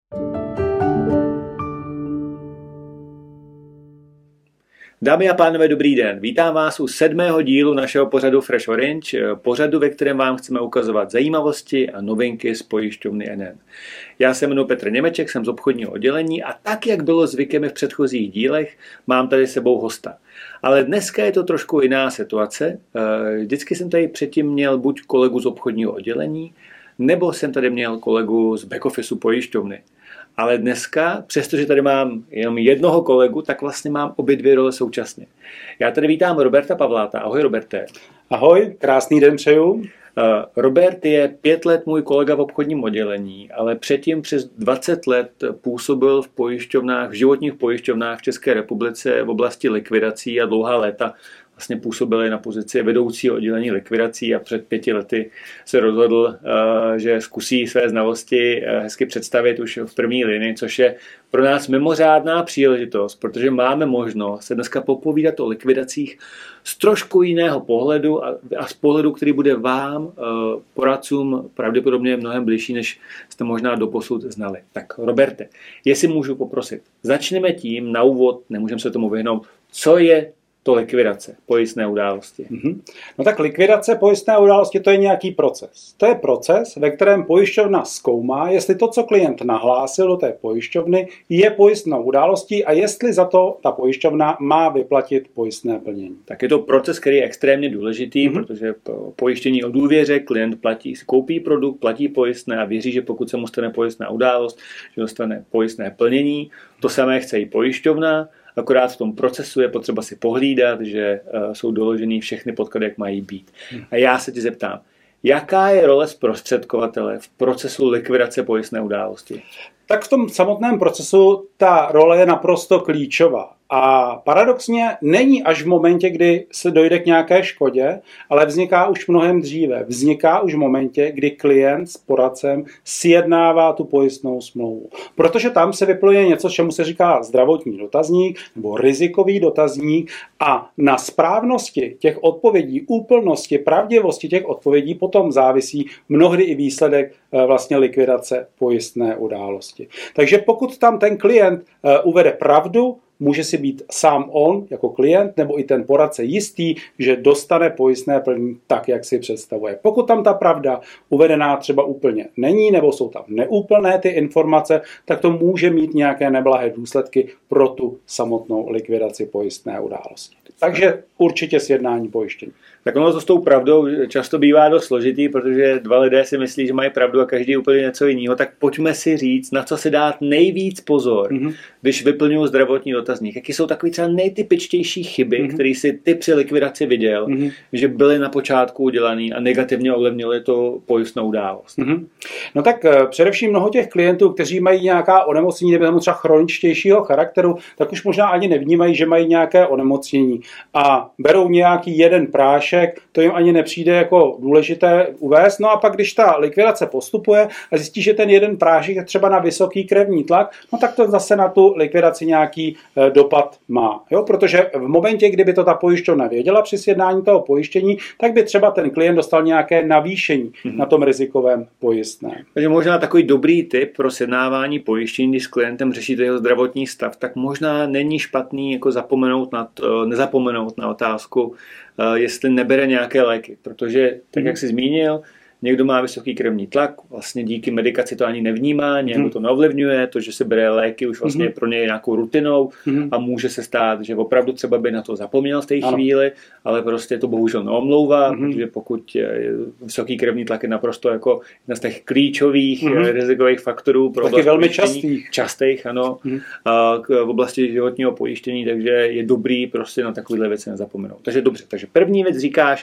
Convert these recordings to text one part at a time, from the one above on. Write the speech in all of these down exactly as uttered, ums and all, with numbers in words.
Dámy a pánové, dobrý den. Vítám vás u sedmého dílu našeho pořadu Fresh Orange, pořadu, ve kterém vám chceme ukazovat zajímavosti a novinky z pojišťovny N N. Já se jmenuji Petr Němeček, jsem z obchodního oddělení a tak, jak bylo zvykem v předchozích dílech, mám tady s sebou hosta. Ale dneska je to trošku jiná situace. Vždycky jsem tady předtím měl buď kolegu z obchodního oddělení, nebo jsem tady měl kolegu z back officeu pojišťovny. Ale dneska, přestože tady mám jenom jednoho kolegu, tak vlastně mám obě dvě role současně. Já tady vítám Roberta Pavláta. Ahoj, Roberte. Ahoj, krásný den přeju. Robert je pět let můj kolega v obchodním oddělení, ale předtím přes dvacet let působil v pojišťovnách, v životních pojišťovnách v České republice v oblasti likvidací a dlouhá léta vlastně působili na pozici vedoucího oddělení likvidací a před pěti lety se rozhodl, že zkusí své znalosti hezky představit už v první linii, což je pro nás mimořádná příležitost, protože máme možnost se dneska popovídat o likvidacích z trošku jiného pohledu a, a z pohledu, který bude vám, poradcům, pravděpodobně mnohem bližší, než jste možná doposud znali. Tak Roberte, jestli můžu poprosit, začneme tím na úvod, nemůžeme se tomu vyhnout, co je to likvidace, pojistné události. Mm-hmm. No tak likvidace pojistné události, to je nějaký proces. To je proces, ve kterém pojišťovna zkoumá, jestli to, co klient nahlásil do té pojišťovny, je pojistnou událostí a jestli za to ta pojišťovna má vyplatit pojistné plnění. Tak je to proces, který je extrémně důležitý, mm-hmm. protože pojištění o důvěře, klient platí, koupí produkt, platí pojistné a věří, že pokud se mu stane pojistná událost, že dostane pojistné plnění. To samé chce i pojišťovna. Akorát v tom procesu je potřeba si pohlídat, že uh, jsou doložený všechny podklady, jak mají být. Hmm. A já se ti zeptám, jaká je role zprostředkovatele v procesu likvidace pojistné události? Tak v tom samotném procesu ta role je naprosto klíčová. A paradoxně není až v momentě, kdy se dojde k nějaké škodě, ale vzniká už mnohem dříve. Vzniká už v momentě, kdy klient s poradcem sjednává tu pojistnou smlouvu. Protože tam se vyplňuje něco, čemu se říká zdravotní dotazník nebo rizikový dotazník a na správnosti těch odpovědí, úplnosti, pravdivosti těch odpovědí potom závisí mnohdy i výsledek vlastně likvidace pojistné události. Takže pokud tam ten klient uvede pravdu, může si být sám on jako klient nebo i ten poradce jistý, že dostane pojistné plnění tak, jak si představuje. Pokud tam ta pravda uvedená třeba úplně není nebo jsou tam neúplné ty informace, tak to může mít nějaké neblahé důsledky pro tu samotnou likvidaci pojistné události. Takže určitě sjednání pojištění. Tak ono to s tou pravdou často bývá dost složitý, protože dva lidé si myslí, že mají pravdu a každý úplně něco jiného. Tak pojďme si říct, na co si dát nejvíc pozor, mm-hmm. když vyplňují zdravotní dotazník. Jaké jsou takové třeba nejtypičtější chyby, mm-hmm. které si ty při likvidaci viděl, mm-hmm. že byly na počátku udělané a negativně ovlivnily to pojistnou událost. Mm-hmm. No tak především mnoho těch klientů, kteří mají nějaká onemocnění nebo třeba chroničtějšího charakteru, tak už možná ani nevnímají, že mají nějaké onemocnění a berou nějaký jeden prášek, to jim ani nepřijde jako důležité uvést. No a pak, když ta likvidace postupuje a zjistí, že ten jeden prášek je třeba na vysoký krevní tlak, no tak to zase na tu likvidaci nějaký e, dopad má. Jo? Protože v momentě, kdyby to ta pojišťovna věděla při sjednání toho pojištění, tak by třeba ten klient dostal nějaké navýšení mm-hmm. na tom rizikovém pojistném. Takže možná takový dobrý tip pro sjednávání pojištění, když s klientem řešíte jeho zdravotní stav, tak možná není špatný jako zapomenout na to, nezapomenout na otázku, jestli nebere nějaké léky, protože, tak jak jsi zmínil, někdo má vysoký krevní tlak, vlastně díky medikaci to ani nevnímá, nějak hmm. to neovlivňuje, to, že se bere léky, už vlastně je pro něj nějakou rutinou hmm. a může se stát, že opravdu třeba by na to zapomněl v té chvíli, ale prostě to bohužel neomlouvá, hmm. protože pokud je vysoký krevní tlak je naprosto jako jedna z těch klíčových hmm. rizikových faktorů pro taky velmi častých. Častých, ano, hmm. a v oblasti životního pojištění, takže je dobrý prostě na takovéhle věci nezapomenout. Takže dobře, takže první věc říkáš,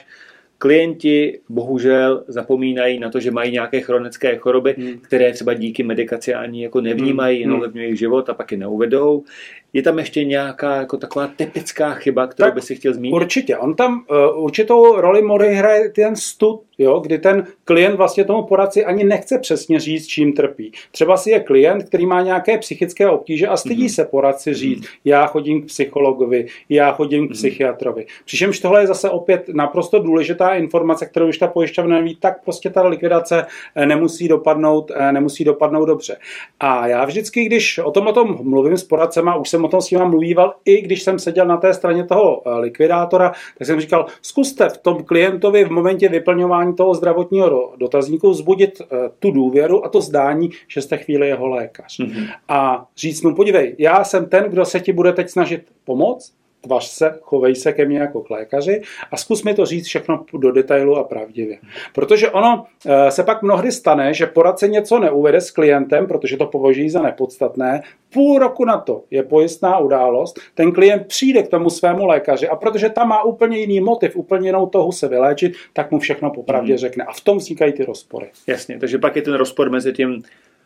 klienti bohužel zapomínají na to, že mají nějaké chronické choroby, hmm. které třeba díky medikaci ani jako nevnímají, hmm. jen ovlivňují jejich život a pak je neuvedou. je tam ještě nějaká jako taková typická chyba, kterou tak by si chtěl zmínit? Určitě. On tam uh, určitou roli hraje ten stud, jo, kdy ten klient vlastně tomu poradci ani nechce přesně říct, čím trpí. Třeba si je klient, který má nějaké psychické obtíže a stydí mm-hmm. se poradci říct, mm-hmm. já chodím k psychologovi, já chodím k psychiatrovi. Přičemž tohle je zase opět naprosto důležitá informace, kterou už ta pojišťovna neví, tak prostě ta likvidace nemusí dopadnout, nemusí dopadnout dobře. A já vždycky, když o tom o tom mluvím s poradcema, už jsem o tom s nima mluvíval, i když jsem seděl na té straně toho likvidátora, tak jsem říkal, zkuste v tom klientovi v momentě vyplňování toho zdravotního dotazníku vzbudit tu důvěru a to zdání, že jste chvíli jeho lékař. Mm-hmm. A říct mu, podívej, já jsem ten, kdo se ti bude teď snažit pomoct, tvař se, chovej se ke mně jako k lékaři a zkus mi to říct všechno do detailu a pravdivě. Protože ono se pak mnohdy stane, že poradce něco neuvede s klientem, protože to považují za nepodstatné. Půl roku na to je pojistná událost, ten klient přijde k tomu svému lékaři a protože tam má úplně jiný motiv, úplně jinou touhu se vyléčit, tak mu všechno popravdě hmm. řekne. A v tom vznikají ty rozpory. Jasně, takže pak je ten rozpor mezi tím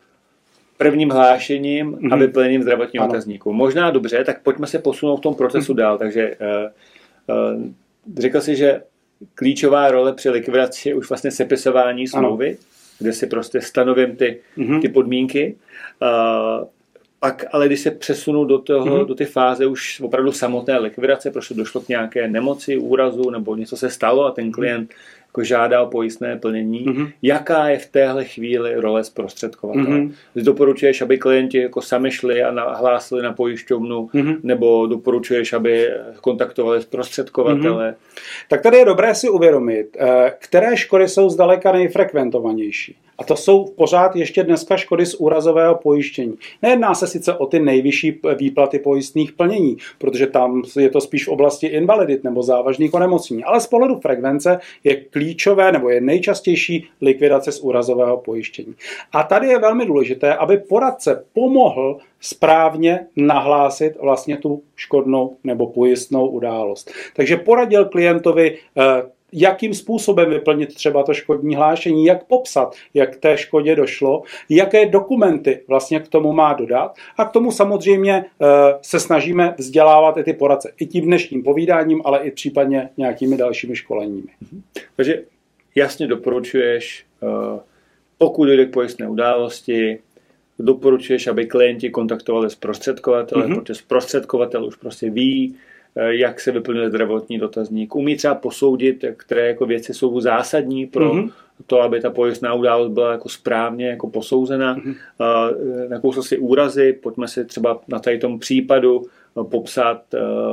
prvním hlášením mm-hmm. a vyplněním zdravotního otazníku. Možná dobře, tak pojďme se posunout v tom procesu mm-hmm. dál. Takže uh, uh, řekl jsi, že klíčová role při likvidaci je už vlastně sepisování smlouvy, ano. kde si prostě stanovím ty, mm-hmm. ty podmínky. Uh, pak, ale když se přesunu do toho, mm-hmm. do té fáze už opravdu samotné likvidace, protože došlo k nějaké nemoci, úrazu nebo něco se stalo a ten klient mm-hmm. jako žádá o pojistné plnění. Mm-hmm. Jaká je v téhle chvíli role zprostředkovatele? Mm-hmm. Doporučuješ, aby klienti jako sami šli a nahlásili na pojišťovnu, mm-hmm. nebo doporučuješ, aby kontaktovali zprostředkovatele? Mm-hmm. Tak tady je dobré si uvědomit, které škody jsou zdaleka nejfrekventovanější. A to jsou pořád ještě dneska škody z úrazového pojištění. Nejedná se sice o ty nejvyšší výplaty pojistných plnění, protože tam je to spíš v oblasti invalidit nebo závažných onemocnění, ale z pohledu frekvence je klíčové nebo je nejčastější likvidace z úrazového pojištění. A tady je velmi důležité, aby poradce pomohl správně nahlásit vlastně tu škodnou nebo pojistnou událost. Takže poradil klientovi, jakým způsobem vyplnit třeba to škodní hlášení, jak popsat, jak k té škodě došlo, jaké dokumenty vlastně k tomu má dodat a k tomu samozřejmě se snažíme vzdělávat i ty poradce. I tím dnešním povídáním, ale i případně nějakými dalšími školeními. Takže jasně doporučuješ, pokud jde k pojistné události, doporučuješ, aby klienti kontaktovali zprostředkovatele, mm-hmm. protože zprostředkovatel už prostě ví, jak se vyplňuje zdravotní dotazník. Umí třeba posoudit, které jako věci jsou zásadní pro mm-hmm. to, aby ta pojistná událost byla jako správně jako posouzena. Mm-hmm. Nakousl si úrazy, pojďme si třeba na tady tom případu popsat,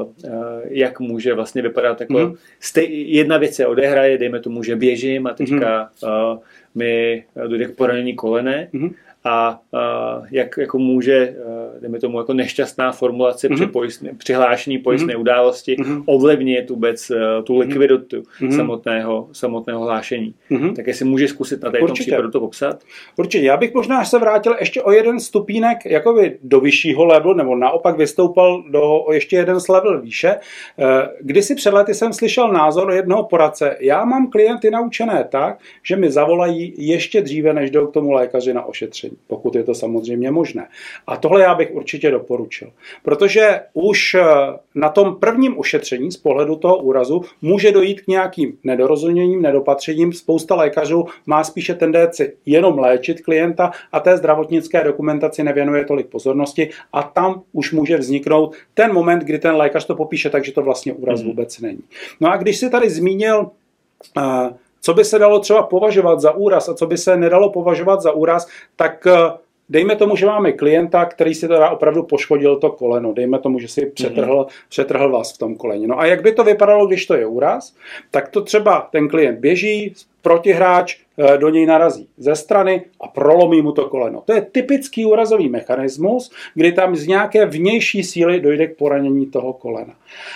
jak může vlastně vypadat jako mm-hmm. stej, jedna věc se odehraje, dejme tomu, že běžím a teďka mm-hmm. mi dojde k poranění kolene. Mm-hmm. A, a jak jako může, dejme tomu, jako nešťastná formulace mm-hmm. při pojistné, přihlášení pojistné mm-hmm. události mm-hmm. ovlivnit vůbec tu likviditu mm-hmm. samotného, samotného hlášení. Mm-hmm. Tak jestli můžeš zkusit na tom případu to popsat? Určitě. Já bych možná se vrátil ještě o jeden stupínek jakoby do vyššího levelu, nebo naopak vystoupal do o ještě jeden z level výše. Kdysi před lety jsem slyšel názor jednoho poradce. Já mám klienty naučené tak, že mi zavolají ještě dříve, než jdou k tomu lékaři na ošetření, pokud je to samozřejmě možné. A tohle já bych určitě doporučil. Protože už na tom prvním ošetření z pohledu toho úrazu může dojít k nějakým nedorozuměním, nedopatřením. Spousta lékařů má spíše tendenci jenom léčit klienta a té zdravotnické dokumentaci nevěnuje tolik pozornosti a tam už může vzniknout ten moment, kdy ten lékař to popíše, takže to vlastně úraz mm. vůbec není. No a když si tady zmínil uh, co by se dalo třeba považovat za úraz a co by se nedalo považovat za úraz, tak dejme tomu, že máme klienta, který si teda opravdu poškodil to koleno. Dejme tomu, že si přetrhl, mm-hmm. přetrhl vás v tom koleni. No a jak by to vypadalo, když to je úraz? Tak to třeba ten klient běží, protihráč do něj narazí ze strany a prolomí mu to koleno. To je typický úrazový mechanismus, kdy tam z nějaké vnější síly dojde k poranění toho kolena.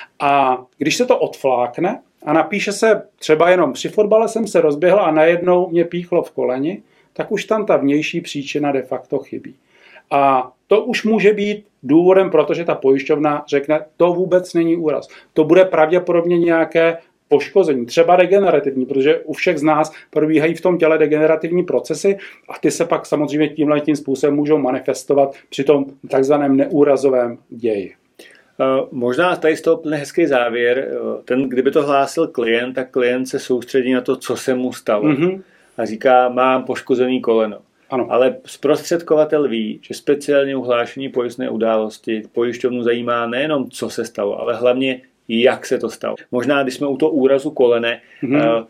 A když se to odflákne, a napíše se třeba jenom při fotbale jsem se rozběhl a najednou mě píchlo v koleni, tak už tam ta vnější příčina de facto chybí. A to už může být důvodem, protože ta pojišťovna řekne, to vůbec není úraz. To bude pravděpodobně nějaké poškození, třeba degenerativní, protože u všech z nás probíhají v tom těle degenerativní procesy a ty se pak samozřejmě tímhle tím způsobem můžou manifestovat při tom takzvaném neúrazovém ději. Možná tady z toho plně hezký závěr. Ten, kdyby to hlásil klient, tak klient se soustředí na to, co se mu stalo. Mm-hmm. A říká, mám poškozený koleno. Ano. Ale zprostředkovatel ví, že speciálně uhlášení pojistné události pojišťovnu zajímá nejenom, co se stalo, ale hlavně, jak se to stalo. Možná, když jsme u toho úrazu kolene, mm-hmm.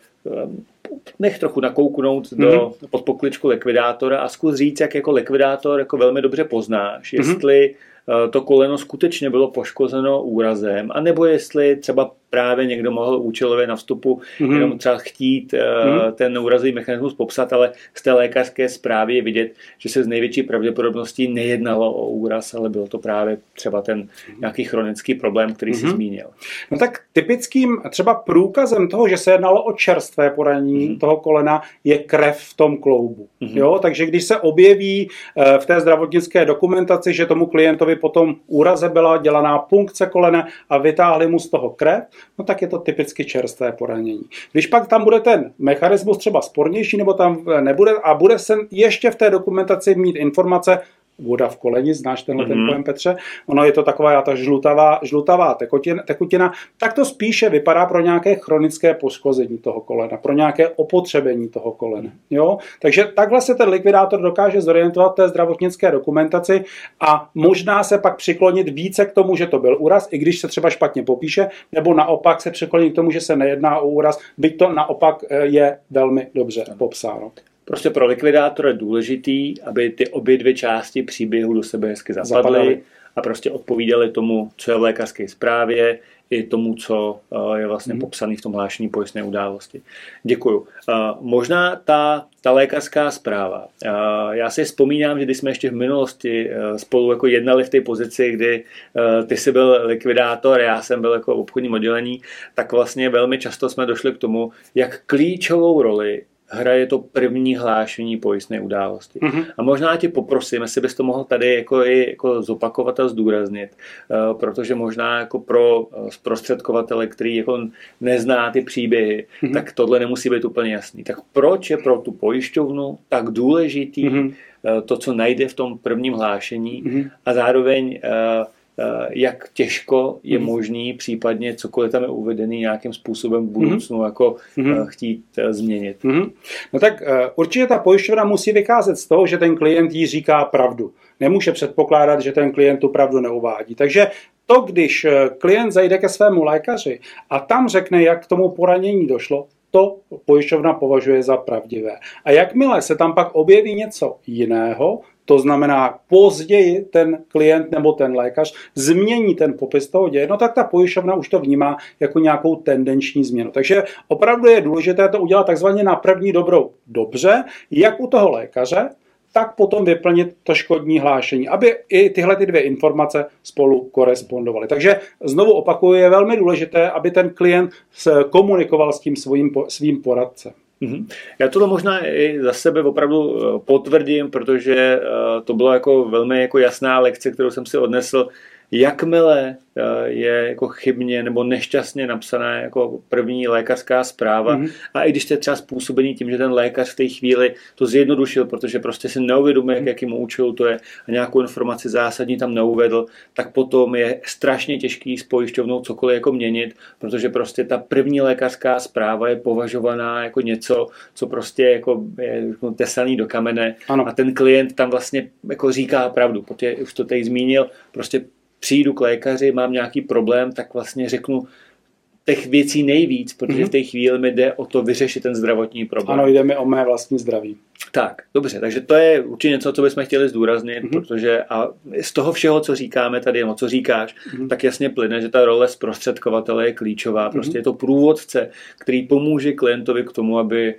nech trochu nakouknout mm-hmm. do pod pokličku likvidátora a zkus říct, jak jako likvidátor jako velmi dobře poznáš, mm-hmm. jestli to koleno skutečně bylo poškozeno úrazem, anebo jestli třeba právě někdo mohl účelově na vstupu mm-hmm. jenom třeba chtít mm-hmm. ten úrazový mechanismus popsat, ale z té lékařské zprávy je vidět, že se z největší pravděpodobností nejednalo o úraz, ale byl to právě třeba ten nějaký chronický problém, který mm-hmm. si zmínil. No tak typickým třeba průkazem toho, že se jednalo o čerstvé poranění mm-hmm. toho kolena, je krev v tom kloubu. Mm-hmm. Jo? Takže když se objeví v té zdravotnické dokumentaci, že tomu klientovi potom úraze byla dělaná punkce kolene a vytáhli mu z toho krev, no tak je to typicky čerstvé poranění. Když pak tam bude ten mechanismus třeba spornější, nebo tam nebude a bude se ještě v té dokumentaci mít informace, voda v koleni, znáš tenhle mm-hmm. ten pojem, Petře? Ono je to taková ta žlutavá, žlutavá tekutina, tekutina, tak to spíše vypadá pro nějaké chronické poškození toho kolena, pro nějaké opotřebení toho kolena. Jo? Takže takhle se ten likvidátor dokáže zorientovat v té zdravotnické dokumentaci a možná se pak přiklonit více k tomu, že to byl úraz, i když se třeba špatně popíše, nebo naopak se přiklonit k tomu, že se nejedná o úraz, byť to naopak je velmi dobře popsáno. Prostě pro likvidátora je důležitý, aby ty obě dvě části příběhu do sebe hezky zapadly, zapadly a prostě odpovídaly tomu, co je v lékařské zprávě, i tomu, co je vlastně mm. popsaný v tom hlášení pojistné události. Děkuju. Možná ta, ta lékařská zpráva. Já si vzpomínám, že když jsme ještě v minulosti spolu jako jednali v té pozici, kdy ty jsi byl likvidátor, já jsem byl jako v obchodním oddělení, tak vlastně velmi často jsme došli k tomu, jak klíčovou roli hraje to první hlášení pojistné události. Mm-hmm. A možná tě poprosím, jestli bys to mohl tady jako i jako zopakovat a zdůraznit, uh, protože možná jako pro uh, zprostředkovatele, který jako nezná ty příběhy, mm-hmm. tak tohle nemusí být úplně jasný. Tak proč je pro tu pojišťovnu tak důležitý mm-hmm. uh, to, co najde v tom prvním hlášení mm-hmm. a zároveň uh, jak těžko je mm. možný případně cokoliv tam je uvedený nějakým způsobem v budoucnu mm. jako mm. chtít změnit. Mm. No tak určitě ta pojišťovna musí vycházet z toho, že ten klient jí říká pravdu. Nemůže předpokládat, že ten klient tu pravdu neuvádí. Takže to, když klient zajde ke svému lékaři a tam řekne, jak k tomu poranění došlo, to pojišťovna považuje za pravdivé. A jakmile se tam pak objeví něco jiného, to znamená, později ten klient nebo ten lékař změní ten popis toho děje, no tak ta pojišťovna už to vnímá jako nějakou tendenční změnu. Takže opravdu je důležité to udělat takzvaně na první dobrou dobře, jak u toho lékaře, tak potom vyplnit to škodní hlášení, aby i tyhle ty dvě informace spolu korespondovaly. Takže znovu opakuju, je velmi důležité, aby ten klient komunikoval s tím svým, svým poradcem. Já to možná i za sebe opravdu potvrdím, protože to bylo jako velmi jako jasná lekce, kterou jsem si odnesl. Jakmile je jako chybně nebo nešťastně napsaná jako první lékařská zpráva mm-hmm. a i když to je třeba způsobený tím, že ten lékař v té chvíli to zjednodušil, protože prostě si neuvědomuje, mm-hmm. k jakým účelu to je a nějakou informaci zásadní tam neuvedl, tak potom je strašně těžký s pojišťovnou cokoliv jako měnit, protože prostě ta první lékařská zpráva je považovaná jako něco, co prostě jako je tesaný do kamene ano. a ten klient tam vlastně jako říká pravdu, protože už to tady zmínil, prostě přijdu k lékaři, mám nějaký problém, tak vlastně řeknu těch věcí nejvíc, protože mm-hmm. v té chvíli mi jde o to vyřešit ten zdravotní problém. Ano, jde mi o mé vlastní zdraví. Tak, dobře, takže to je určitě něco, co bychom chtěli zdůraznit, mm-hmm. protože a z toho všeho, co říkáme tady, no co říkáš, mm-hmm. tak jasně plyne, že ta role zprostředkovatele je klíčová. Prostě mm-hmm. je to průvodce, který pomůže klientovi k tomu, aby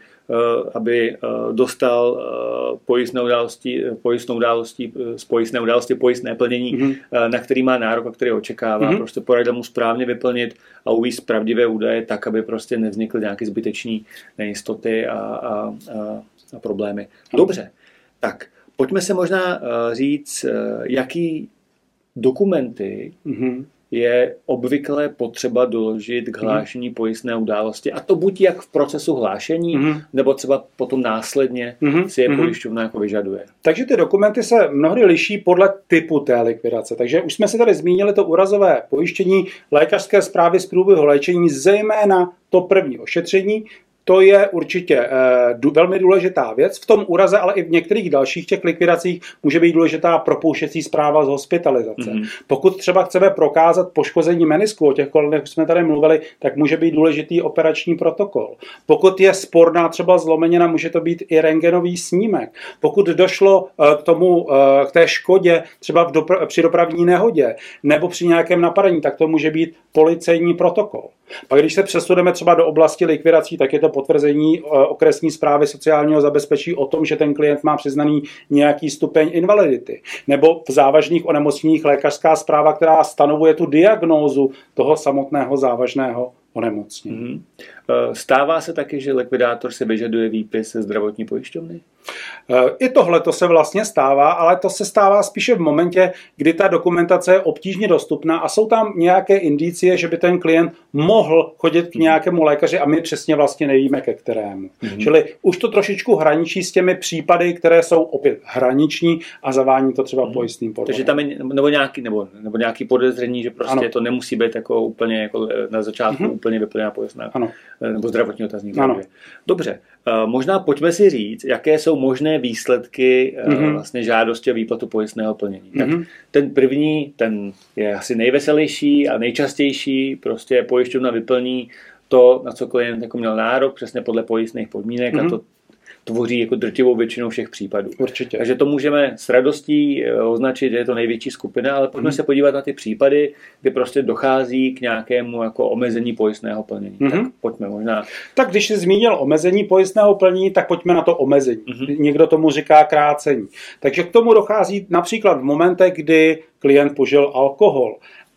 aby dostal pojistnou události, pojistnou události, z pojistné události pojistné plnění, mm-hmm. na který má nárok a který očekává. Mm-hmm. Prostě poradí mu správně vyplnit a uvést pravdivé údaje tak, aby prostě nevznikly nějaké zbyteční nejistoty a, a, a problémy. Dobře, tak pojďme se možná říct, jaký dokumenty mm-hmm. je obvykle potřeba doložit k hlášení mm. pojistné události. A to buď jak v procesu hlášení, mm. nebo třeba potom následně mm. si je mm. pojišťovna jako vyžaduje. Takže ty dokumenty se mnohdy liší podle typu té likvidace. Takže už jsme si tady zmínili to úrazové pojištění lékařské zprávy z průběhu léčení, zejména to první ošetření. To je určitě eh, velmi důležitá věc. V tom úraze, ale i v některých dalších těch likvidacích může být důležitá propouštěcí zpráva z hospitalizace. Mm-hmm. Pokud třeba chceme prokázat poškození menisku, o těch kolenech jsme tady mluvili, tak může být důležitý operační protokol. Pokud je sporná třeba zlomenina, může to být i rentgenový snímek. Pokud došlo eh, k tomu, eh, k té škodě třeba v dopra- při dopravní nehodě nebo při nějakém napadení, tak to může být policejní protokol. Pak když se přesuneme třeba do oblasti likvidací, tak je to potvrzení okresní správy sociálního zabezpečení o tom, že ten klient má přiznaný nějaký stupeň invalidity. Nebo v závažných onemocněních lékařská zpráva, která stanovuje tu diagnózu toho samotného závažného onemocnění. Mm-hmm. Stává se taky, že likvidátor se vyžaduje výpis ze zdravotní pojišťovny? I tohle to se vlastně stává, ale to se stává spíše v momentě, kdy ta dokumentace je obtížně dostupná a jsou tam nějaké indicie, že by ten klient mohl chodit k nějakému lékaři a my přesně vlastně nevíme, ke kterému. Mm-hmm. Čili už to trošičku hraničí s těmi případy, které jsou opět hraniční a zavání to třeba mm-hmm. pojistným podvodem. Takže tam je nebo nějaký, nebo, nebo nějaký podezření, že prostě ano. to nemusí být jako úplně jako na začátku mm-hmm. úplně vyplněná pojistná. Ano. Nebo zdravotní otazník. Dobře, možná pojďme si říct, jaké jsou možné výsledky mm-hmm. vlastně žádosti o výplatu pojistného plnění. Mm-hmm. Tak ten první, ten je asi nejveselější a nejčastější, prostě pojišťovna vyplní to, na co klient jako měl nárok, přesně podle pojistných podmínek mm-hmm. a to tvoří jako drtivou většinou všech případů. Určitě. Takže to můžeme s radostí označit, že je to největší skupina, ale pojďme mm. se podívat na ty případy, kdy prostě dochází k nějakému jako omezení pojistného plnění. Mm. Tak pojďme možná. Tak když jsi zmínil omezení pojistného plnění, tak pojďme na to omezení. Mm. Někdo tomu říká krácení. Takže k tomu dochází například v momentech, kdy klient požil alkohol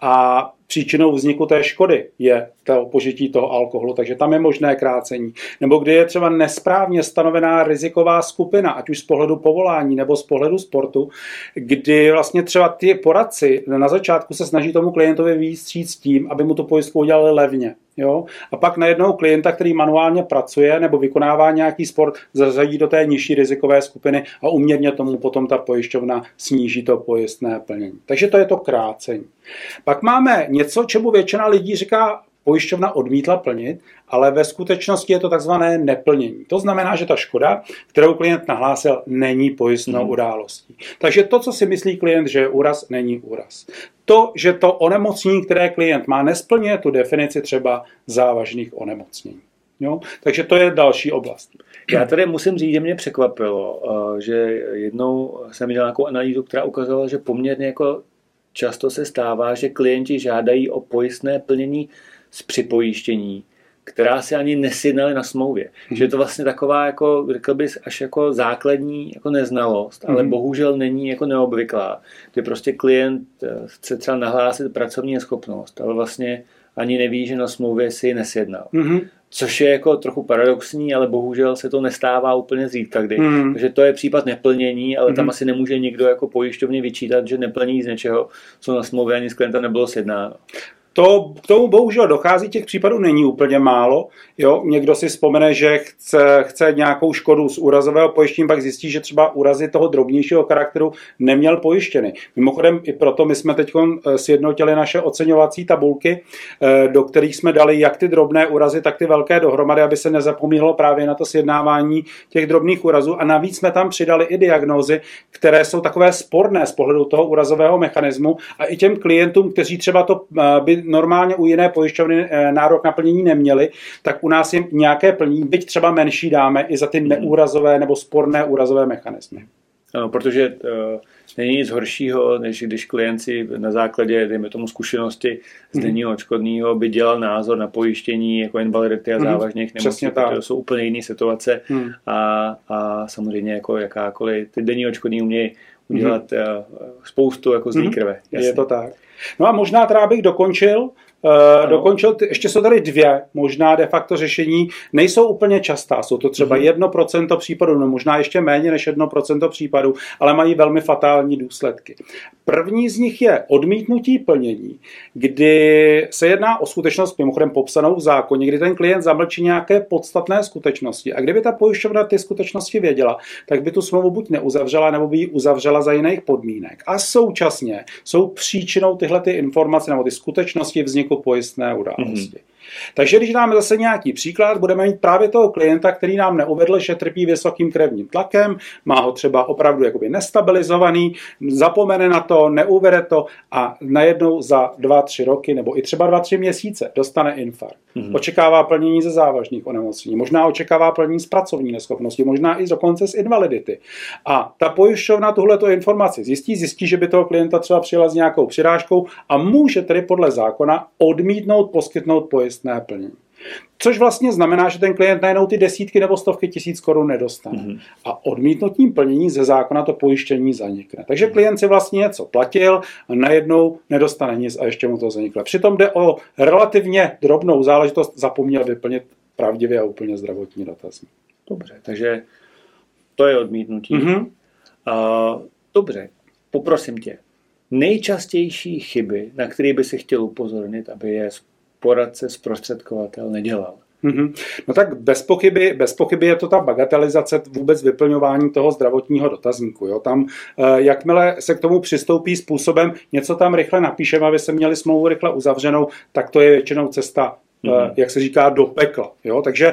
a příčinou vzniku té škody je to požití toho alkoholu, takže tam je možné krácení. Nebo kdy je třeba nesprávně stanovená riziková skupina, ať už z pohledu povolání nebo z pohledu sportu, kdy vlastně třeba ty poradci na začátku se snaží tomu klientovi vyjít vstříc tím, aby mu tu pojistku udělali levně. Jo? A pak najednou klienta, který manuálně pracuje nebo vykonává nějaký sport, zařadí do té nižší rizikové skupiny a uměrně tomu potom ta pojišťovna sníží to pojistné plnění. Takže to je to krácení. Pak máme něco, čemu většina lidí říká, pojišťovna odmítla plnit, ale ve skutečnosti je to takzvané neplnění. To znamená, že ta škoda, kterou klient nahlásil, není pojistnou mm. událostí. Takže to, co si myslí klient, že je úraz, není úraz. To, že to onemocnění, které klient má, nesplňuje tu definici třeba závažných onemocnění. Jo? Takže to je další oblast. Já tady musím říct, že mě překvapilo, že jednou jsem viděl nějakou analýzu, která ukazovala, že poměrně jako často se stává, že klienti žádají o pojistné plnění z připojištění, která si ani nesjednali na smlouvě. Mm. Že je to vlastně taková, jako, řekl bys, až jako základní jako neznalost, ale mm. bohužel není jako neobvyklá. Kdy prostě klient chce třeba nahlásit pracovní neschopnost, ale vlastně ani neví, že na smlouvě si ji nesjednal. Mm. Což je jako trochu paradoxní, ale bohužel se to nestává úplně zřídka kdy. Mm. Takže to je případ neplnění, ale mm. tam asi nemůže nikdo jako pojišťovně vyčítat, že neplní z něčeho, co na smlouvě ani z klienta nebylo sjednáno. To, k tomu bohužel dochází, těch případů není úplně málo. Jo? Někdo si vzpomene, že chce, chce nějakou škodu z úrazového pojištění, pak zjistí, že třeba úrazy toho drobnějšího charakteru neměl pojištěny. Mimochodem i proto my jsme teď sjednotili naše oceňovací tabulky, do kterých jsme dali jak ty drobné úrazy, tak ty velké dohromady, aby se nezapomínalo právě na to sjednávání těch drobných úrazů. A navíc jsme tam přidali i diagnózy, které jsou takové sporné z pohledu toho úrazového mechanismu a i těm klientům, kteří třeba to by normálně u jiné pojišťovny nárok na plnění neměli, tak u nás jim nějaké plnění, byť třeba menší, dáme i za ty neúrazové nebo sporné úrazové mechanismy. Ano, protože uh, není nic horšího, než když klient si na základě, dejme tomu, zkušenosti z denního odškodného by dělal názor na pojištění jako invalidity a závažných mm, nemocí, protože to jsou úplně jiné situace mm. a, a samozřejmě jako jakákoliv, ty denní odškodný umějí udělat mm-hmm. spoustu jako zlý krve. Jasně. Je to tak. No a možná teda bych dokončil, Uh, dokončil, ty, ještě jsou tady dvě možná de facto řešení, nejsou úplně častá, jsou to třeba jedno procento případů, no možná ještě méně než jedno procento případů, ale mají velmi fatální důsledky. První z nich je odmítnutí plnění, kdy se jedná o skutečnost mimochodem popsanou v zákoně, kdy ten klient zamlčí nějaké podstatné skutečnosti. A kdyby ta pojišťovna ty skutečnosti věděla, tak by tu smlouvu buď neuzavřela, nebo by ji uzavřela za jiných podmínek. A současně jsou příčinou tyhle ty informace nebo ty skutečnosti vzniku pojistné události. Mm-hmm. Takže když dáme zase nějaký příklad, budeme mít právě toho klienta, který nám neuvedl, že trpí vysokým krevním tlakem, má ho třeba opravdu jakoby nestabilizovaný, zapomene na to, neuvede to a najednou za dva, tři roky nebo i třeba dva, tři měsíce dostane infarkt. Mm-hmm. Očekává plnění ze závažných onemocnění, možná očekává plnění z pracovní neschopnosti, možná i dokonce z invalidity. A ta pojišťovna tuhleto informaci zjistí, zjistí, že by toho klienta třeba přijela s nějakou přirážkou a může tedy podle zákona odmítnout poskytnout pojistné plnění. Což vlastně znamená, že ten klient najednou ty desítky nebo stovky tisíc korun nedostane. Mm-hmm. A odmítnutím plnění ze zákona to pojištění zanikne. Takže klient si vlastně něco platil a najednou nedostane nic a ještě mu to zanikne. Přitom jde o relativně drobnou záležitost, zapomněl vyplnit pravdivě a úplně zdravotní dotazník. Dobře, takže to je odmítnutí. Mm-hmm. Uh, dobře, poprosím tě. Nejčastější chyby, na které by si chtěl upozornit, aby je poradce, zprostředkovatel nedělal. Mm-hmm. No tak bez pochyby, bez pochyby je to ta bagatelizace vůbec vyplňování toho zdravotního dotazníku. Jo? Tam, jakmile se k tomu přistoupí způsobem, něco tam rychle napíšeme, aby se měli smlouvu rychle uzavřenou, tak to je většinou cesta, mm-hmm. jak se říká, do pekla. Jo? Takže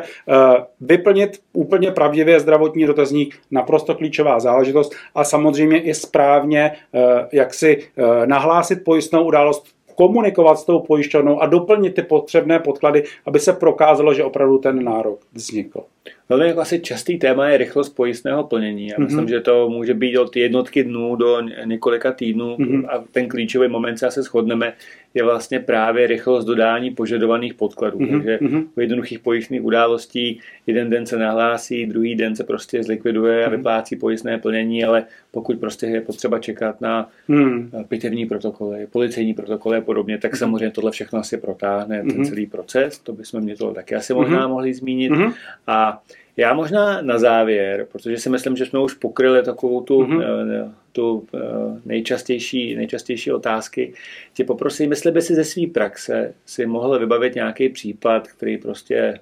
vyplnit úplně pravdivě zdravotní dotazník, naprosto klíčová záležitost a samozřejmě i správně, jak si nahlásit pojistnou událost, komunikovat s tou pojišťovnou a doplnit ty potřebné podklady, aby se prokázalo, že opravdu ten nárok vznikl. Velmi jako asi častý téma je rychlost pojistného plnění. Já myslím, mm-hmm. že to může být od jednotky dnů do několika týdnů mm-hmm. a ten klíčový moment, se asi shodneme, je vlastně právě rychlost dodání požadovaných podkladů. Mm-hmm. Takže u jednoduchých pojistných událostí jeden den se nahlásí, druhý den se prostě zlikviduje a vyplácí pojistné plnění, ale pokud prostě je potřeba čekat na mm. pitevní protokoly, policejní protokoly a podobně, tak mm-hmm. samozřejmě tohle všechno asi protáhne mm-hmm. ten celý proces. To bychom mě to taky asi možná mm-hmm. mohli zmínit. Mm-hmm. A já možná na závěr, protože si myslím, že jsme už pokryli takovou tu, mm-hmm. tu nejčastější, nejčastější otázky, tě poprosím, jestli by si ze své praxe si mohl vybavit nějaký případ, který prostě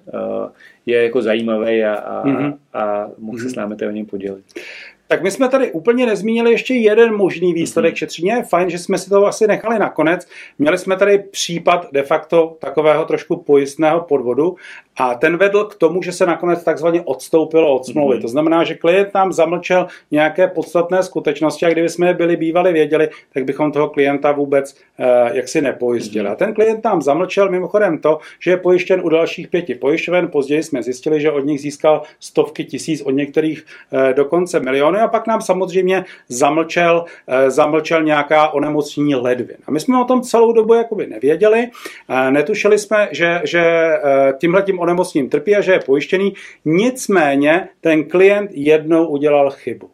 je jako zajímavý a, a, mm-hmm. a mohl se s námi o něm podělit. Tak my jsme tady úplně nezmínili ještě jeden možný výsledek šetření. Je fajn, že jsme si to asi nechali nakonec. Měli jsme tady případ de facto takového trošku pojistného podvodu a ten vedl k tomu, že se nakonec takzvaně odstoupilo od smlouvy. Mm-hmm. To znamená, že klient nám zamlčel nějaké podstatné skutečnosti a kdyby jsme je byli bývali věděli, tak bychom toho klienta vůbec eh, jaksi nepojistili. Mm-hmm. A ten klient nám zamlčel mimochodem to, že je pojištěn u dalších pěti pojišťoven. Později jsme zjistili, že od nich získal stovky tisíc, od některých eh, dokonce miliony. A pak nám samozřejmě zamlčel, eh, zamlčel nějaká onemocnění ledvin. A my jsme o tom celou dobu jakoby nevěděli. Eh, netušili jsme, že, že eh, tímhletím onemocněním trpí a že je pojištěný. Nicméně ten klient jednou udělal chybu.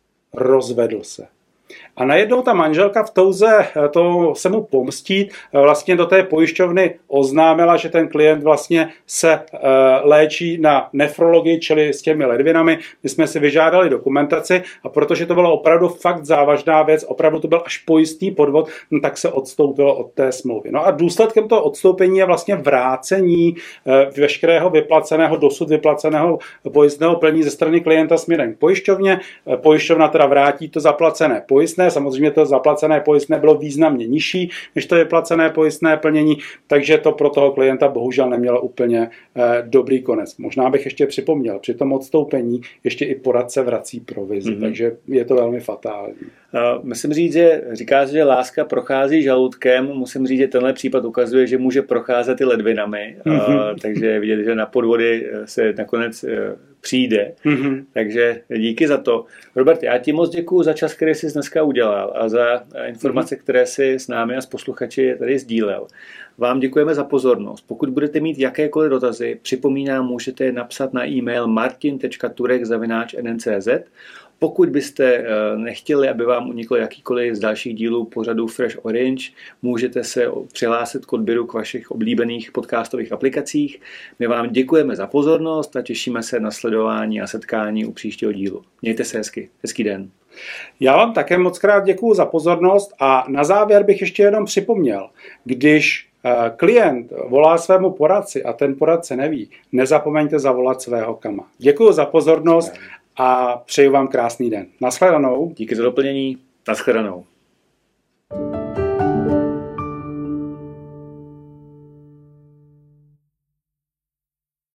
Rozvedl se. A najednou ta manželka v touze to se mu pomstít vlastně do té pojišťovny oznámila, že ten klient vlastně se uh, léčí na nefrologii, čili s těmi ledvinami. My jsme si vyžádali dokumentaci a protože to byla opravdu fakt závažná věc, opravdu to byl až pojistný podvod, no, tak se odstoupilo od té smlouvy. No a důsledkem toho odstoupení je vlastně vrácení uh, veškerého vyplaceného, dosud vyplaceného pojistného plnění ze strany klienta směrem k pojišťovně. Pojišťovna teda vrátí to zaplacené pojistné. Samozřejmě to zaplacené pojistné bylo významně nižší než to vyplacené pojistné plnění, takže to pro toho klienta bohužel nemělo úplně eh, dobrý konec. Možná bych ještě připomněl, při tom odstoupení ještě i poradce vrací provizi, mm-hmm. takže je to velmi fatální. Uh, musím říct, že říká se, že láska prochází žaludkem, musím říct, že tenhle případ ukazuje, že může procházet i ledvinami, mm-hmm. uh, takže vidět, že na podvody se nakonec uh, přijde. Mm-hmm. Takže díky za to. Robert, já ti moc děkuju za čas, který jsi dneska udělal a za informace, mm-hmm. které jsi s námi a s posluchači tady sdílel. Vám děkujeme za pozornost. Pokud budete mít jakékoliv dotazy, připomínám, můžete je napsat na e-mail martin tečka turek zavináč n n tečka c z. Pokud byste nechtěli, aby vám uniklo jakýkoliv z dalších dílů pořadu Fresh Orange, můžete se přihlásit k odběru k vašich oblíbených podcastových aplikacích. My vám děkujeme za pozornost a těšíme se na sledování a setkání u příštího dílu. Mějte se hezky. Hezký den. Já vám také moc krát děkuju za pozornost a na závěr bych ještě jenom připomněl, když klient volá svému poradci a ten poradce neví, nezapomeňte zavolat svého kama. Děkuju za pozornost a přeju vám krásný den. Naschledanou. Díky za doplnění. Naschledanou.